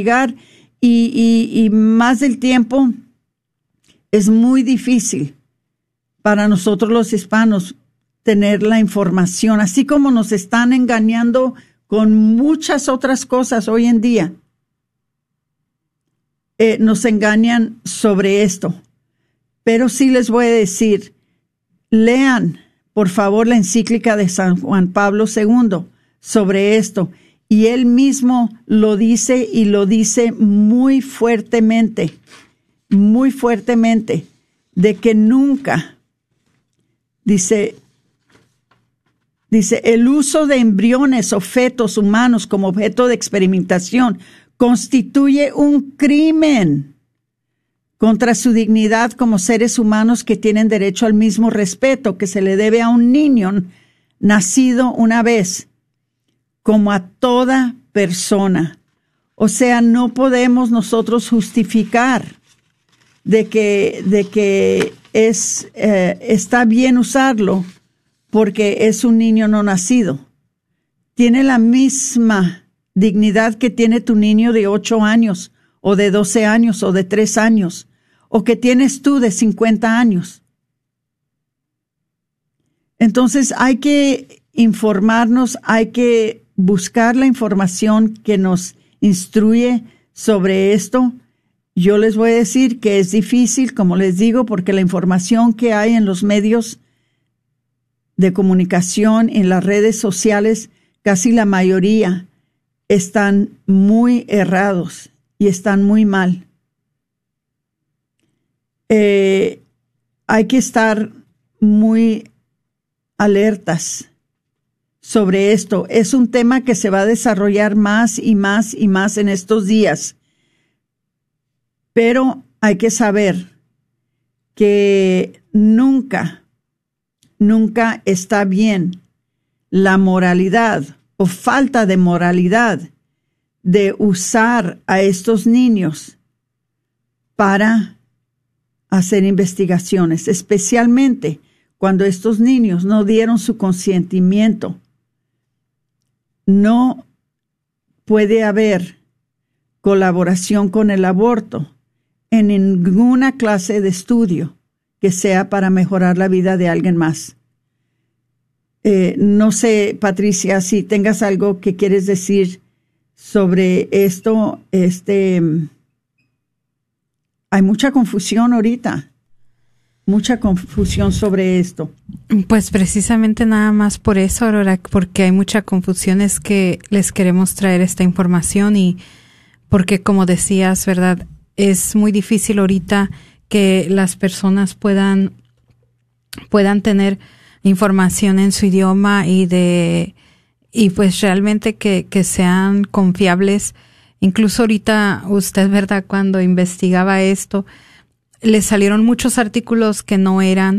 y más del tiempo es muy difícil para nosotros los hispanos tener la información, así como nos están engañando con muchas otras cosas hoy en día. Nos engañan sobre esto. Pero sí les voy a decir, lean, por favor, la encíclica de San Juan Pablo II sobre esto. Y él mismo lo dice, y lo dice muy fuertemente, de que nunca, dice, el uso de embriones o fetos humanos como objeto de experimentación constituye un crimen contra su dignidad como seres humanos que tienen derecho al mismo respeto que se le debe a un niño nacido una vez, como a toda persona. O sea, no podemos nosotros justificar de que está bien usarlo porque es un niño no nacido. Tiene la misma dignidad que tiene tu niño de 8 años, o de 12 años, o de 3 años, o que tienes tú de 50 años. Entonces hay que informarnos, hay que buscar la información que nos instruye sobre esto. Yo les voy a decir que es difícil, como les digo, porque la información que hay en los medios de comunicación, en las redes sociales, casi la mayoría están muy errados y están muy mal. Hay que estar muy alertas sobre esto. Es un tema que se va a desarrollar más y más y más en estos días. Pero hay que saber que nunca está bien la moralidad o falta de moralidad de usar a estos niños para hacer investigaciones, especialmente cuando estos niños no dieron su consentimiento. No puede haber colaboración con el aborto en ninguna clase de estudio que sea para mejorar la vida de alguien más. No sé, Patricia, si tengas algo que quieres decir sobre esto. Hay mucha confusión ahorita, mucha confusión sobre esto. Pues precisamente nada más por eso, Aurora, porque hay mucha confusión, es que les queremos traer esta información, y porque, como decías, ¿verdad?, es muy difícil ahorita que las personas puedan tener información en su idioma y pues realmente que sean confiables. Incluso ahorita usted, ¿verdad?, cuando investigaba esto, le salieron muchos artículos que no eran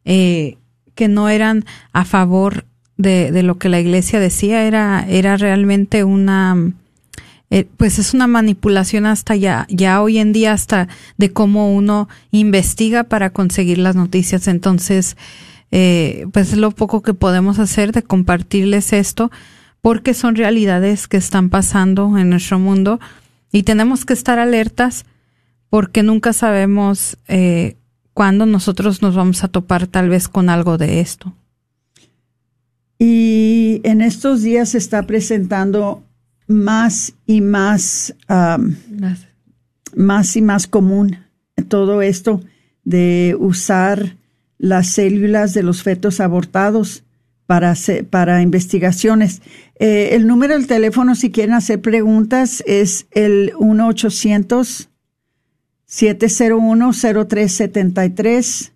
a favor de lo que la iglesia decía. Era realmente pues es una manipulación hasta ya hoy en día, hasta de cómo uno investiga para conseguir las noticias. Entonces, pues es lo poco que podemos hacer de compartirles esto, porque son realidades que están pasando en nuestro mundo y tenemos que estar alertas, porque nunca sabemos cuándo nosotros nos vamos a topar tal vez con algo de esto. Y en estos días se está presentando más y más común todo esto de usar las células de los fetos abortados para investigaciones. El número del teléfono, si quieren hacer preguntas, es el 1-800-701-0373,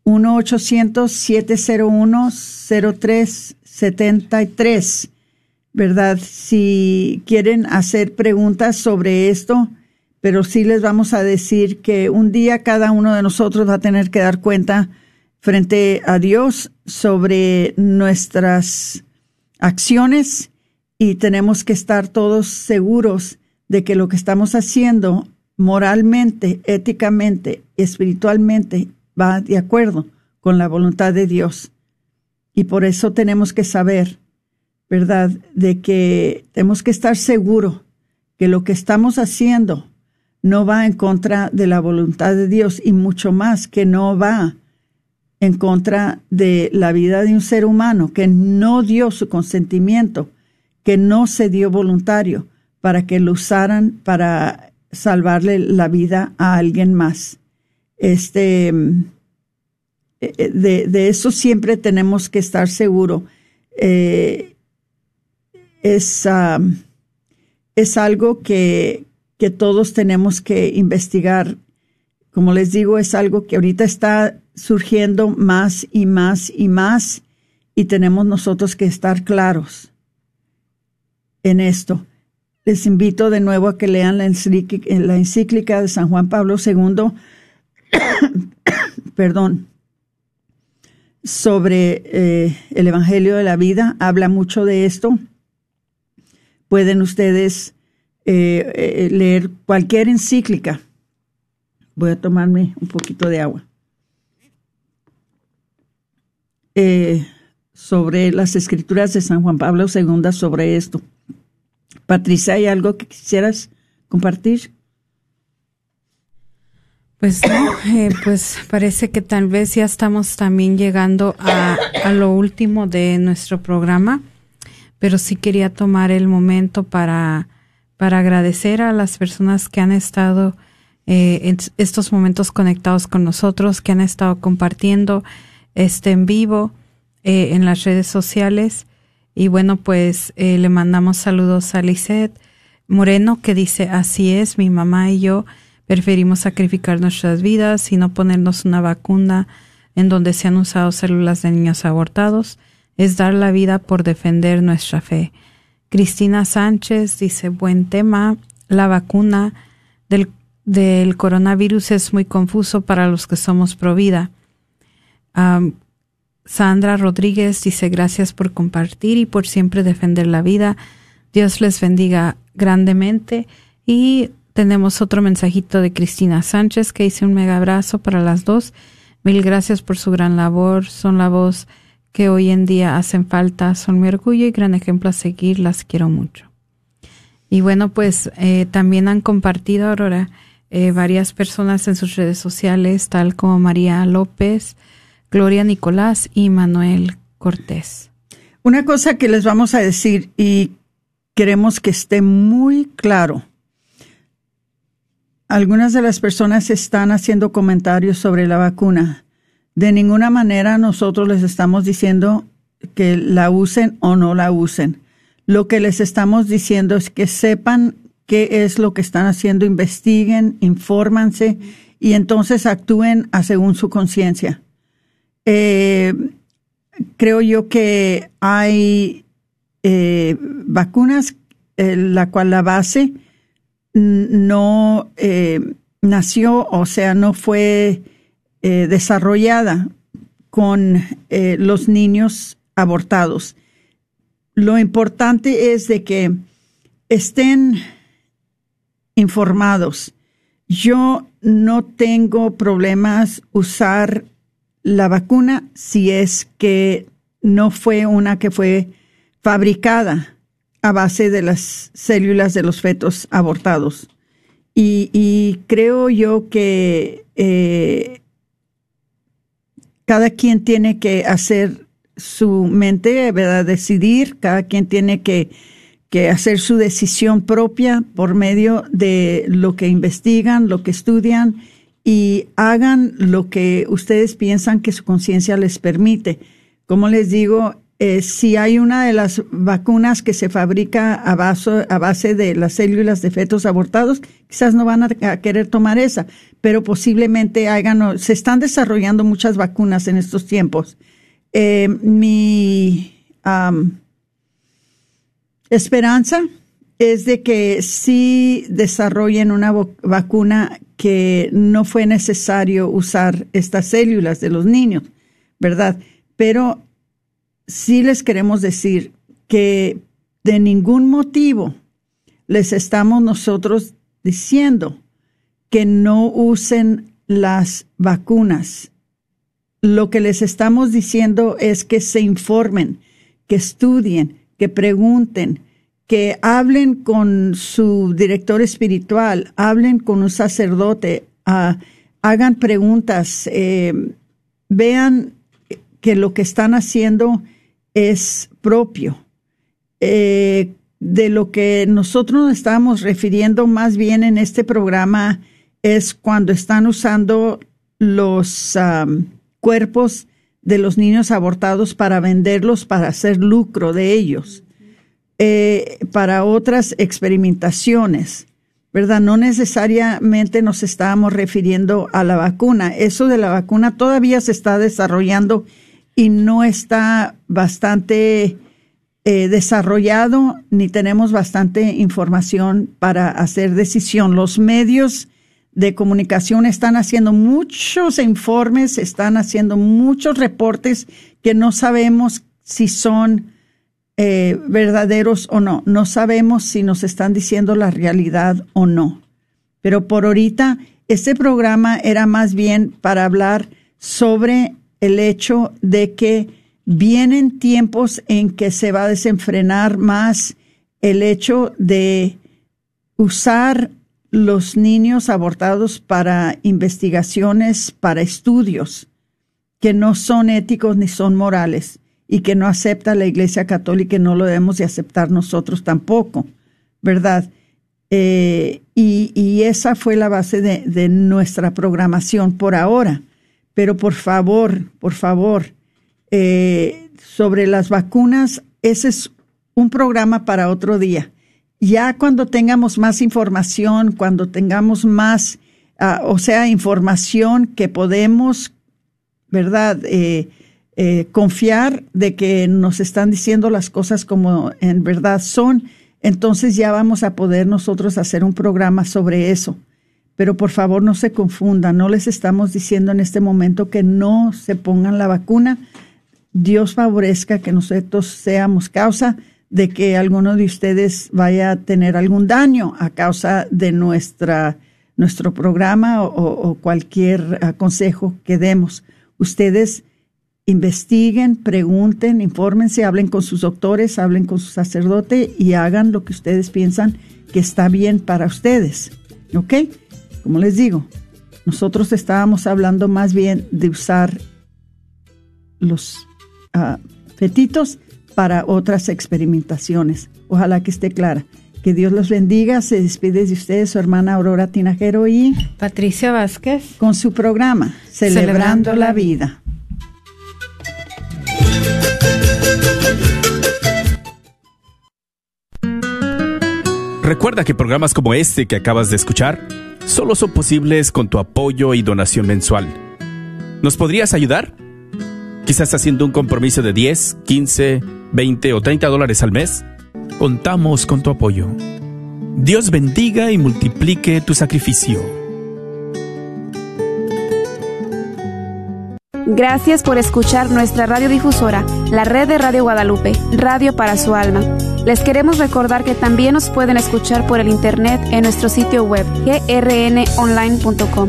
1-800-701-0373. ¿verdad? Si quieren hacer preguntas sobre esto, pero sí les vamos a decir que un día cada uno de nosotros va a tener que dar cuenta frente a Dios sobre nuestras acciones y tenemos que estar todos seguros de que lo que estamos haciendo moralmente, éticamente, espiritualmente va de acuerdo con la voluntad de Dios. Y por eso tenemos que saber, ¿verdad?, de que tenemos que estar seguros que lo que estamos haciendo no va en contra de la voluntad de Dios y mucho más que no va en contra de la vida de un ser humano que no dio su consentimiento, que no se dio voluntario para que lo usaran para salvarle la vida a alguien más. De eso siempre tenemos que estar seguros. Es algo que todos tenemos que investigar. Como les digo, es algo que ahorita está surgiendo más y más y más, y tenemos nosotros que estar claros en esto. Les invito de nuevo a que lean la encíclica de San Juan Pablo II, perdón, sobre el Evangelio de la Vida. Habla mucho de esto. Pueden ustedes leer cualquier encíclica. Voy a tomarme un poquito de agua. Sobre las escrituras de San Juan Pablo II sobre esto. Patricia, ¿hay algo que quisieras compartir? Pues no, pues parece que tal vez ya estamos también llegando a lo último de nuestro programa, pero sí quería tomar el momento para agradecer a las personas que han estado en estos momentos conectados con nosotros, que han estado compartiendo en vivo en las redes sociales. Y bueno, pues le mandamos saludos a Lisette Moreno, que dice: así es, mi mamá y yo preferimos sacrificar nuestras vidas y no ponernos una vacuna en donde se han usado células de niños abortados. Es dar la vida por defender nuestra fe. Cristina Sánchez dice: buen tema, la vacuna del coronavirus es muy confuso para los que somos pro vida. Sandra Rodríguez dice: gracias por compartir y por siempre defender la vida. Dios les bendiga grandemente. Y tenemos otro mensajito de Cristina Sánchez que dice: un mega abrazo para las dos. Mil gracias por su gran labor. Son la voz que hoy en día hacen falta. Son mi orgullo y gran ejemplo a seguir. Las quiero mucho. Y bueno, pues también han compartido, Aurora, varias personas en sus redes sociales, tal como María López, Gloria Nicolás y Manuel Cortés. Una cosa que les vamos a decir y queremos que esté muy claro. Algunas de las personas están haciendo comentarios sobre la vacuna. De ninguna manera nosotros les estamos diciendo que la usen o no la usen. Lo que les estamos diciendo es que sepan qué es lo que están haciendo, investiguen, infórmanse y entonces actúen según su conciencia. Creo yo que hay vacunas la cual la base no nació, o sea, no fue desarrollada con los niños abortados. Lo importante es de que estén informados. Yo no tengo problemas usar la vacuna si es que no fue una que fue fabricada a base de las células de los fetos abortados. Y creo yo que cada quien tiene que hacer su mente, ¿verdad? Decidir, cada quien tiene que hacer su decisión propia por medio de lo que investigan, lo que estudian, y hagan lo que ustedes piensan que su conciencia les permite. Como les digo, si hay una de las vacunas que se fabrica a base de las células de fetos abortados, quizás no van a querer tomar esa, pero posiblemente se están desarrollando muchas vacunas en estos tiempos. El esperanza es de que sí desarrollen una vacuna que no fue necesario usar estas células de los niños, ¿verdad? Pero sí les queremos decir que de ningún motivo les estamos nosotros diciendo que no usen las vacunas. Lo que les estamos diciendo es que se informen, que estudien, que pregunten, que hablen con su director espiritual, hablen con un sacerdote, hagan preguntas, vean que lo que están haciendo es propio. De lo que nosotros nos estábamos refiriendo más bien en este programa es cuando están usando los cuerpos de los niños abortados para venderlos, para hacer lucro de ellos. Para otras experimentaciones, ¿verdad? No necesariamente nos estábamos refiriendo a la vacuna. Eso de la vacuna todavía se está desarrollando y no está bastante desarrollado, ni tenemos bastante información para hacer decisión. Los medios de comunicación están haciendo muchos informes, están haciendo muchos reportes que no sabemos si son verdaderos o no. No sabemos si nos están diciendo la realidad o no. Pero por ahorita, este programa era más bien para hablar sobre el hecho de que vienen tiempos en que se va a desenfrenar más el hecho de usar los niños abortados para investigaciones, para estudios que no son éticos ni son morales, y que no acepta la Iglesia Católica y no lo debemos de aceptar nosotros tampoco, ¿verdad? Y esa fue la base de nuestra programación por ahora. Pero por favor, sobre las vacunas, ese es un programa para otro día. Ya cuando tengamos más información, cuando tengamos más, información que podemos, ¿verdad?, confiar de que nos están diciendo las cosas como en verdad son, entonces ya vamos a poder nosotros hacer un programa sobre eso. Pero por favor no se confundan, no les estamos diciendo en este momento que no se pongan la vacuna. Dios favorezca que nosotros seamos causa de que alguno de ustedes vaya a tener algún daño a causa de nuestro programa o cualquier consejo que demos. Ustedes investiguen, pregunten, infórmense, hablen con sus doctores, hablen con su sacerdote y hagan lo que ustedes piensan que está bien para ustedes. ¿Ok? Como les digo, nosotros estábamos hablando más bien de usar los fetitos para otras experimentaciones. Ojalá que esté clara. Que Dios los bendiga. Se despide de ustedes su hermana Aurora Tinajero y Patricia Vázquez con su programa Celebrando la Vida. Recuerda que programas como este que acabas de escuchar solo son posibles con tu apoyo y donación mensual. ¿Nos podrías ayudar? Quizás haciendo un compromiso de 10, 15, 20 o $30 al mes. Contamos con tu apoyo. Dios bendiga y multiplique tu sacrificio. Gracias por escuchar nuestra radiodifusora, la red de Radio Guadalupe, Radio para su alma. Les queremos recordar que también nos pueden escuchar por el internet en nuestro sitio web grnonline.com,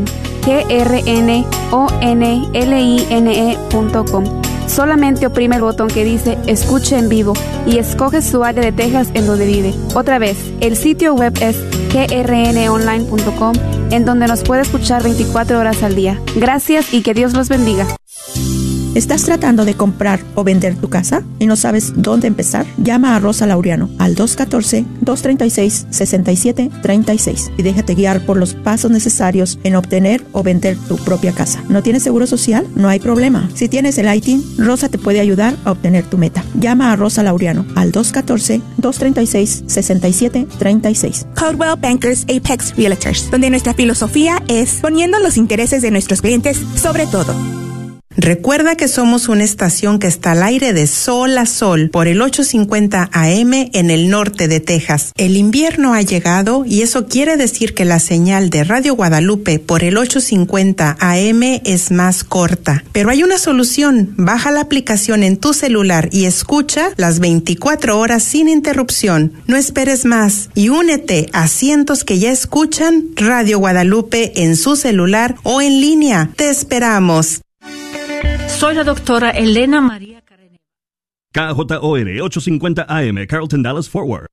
grnonline.com. Solamente oprime el botón que dice Escuche en vivo y escoge su área de Texas en donde vive. Otra vez, el sitio web es grnonline.com, en donde nos puede escuchar 24 horas al día. Gracias y que Dios los bendiga. ¿Estás tratando de comprar o vender tu casa y no sabes dónde empezar? Llama a Rosa Laureano al 214-236-6736 y déjate guiar por los pasos necesarios en obtener o vender tu propia casa. ¿No tienes seguro social? No hay problema. Si tienes el ITIN, Rosa te puede ayudar a obtener tu meta. Llama a Rosa Laureano al 214-236-6736. Coldwell Bankers Apex Realtors, donde nuestra filosofía es poniendo los intereses de nuestros clientes sobre todo. Recuerda que somos una estación que está al aire de sol a sol por el 850 AM en el norte de Texas. El invierno ha llegado y eso quiere decir que la señal de Radio Guadalupe por el 850 AM es más corta. Pero hay una solución. Baja la aplicación en tu celular y escucha las 24 horas sin interrupción. No esperes más y únete a cientos que ya escuchan Radio Guadalupe en su celular o en línea. Te esperamos. Soy la doctora Elena María Careneva. KJOR 850 AM, Carrollton, Dallas, Fort Worth.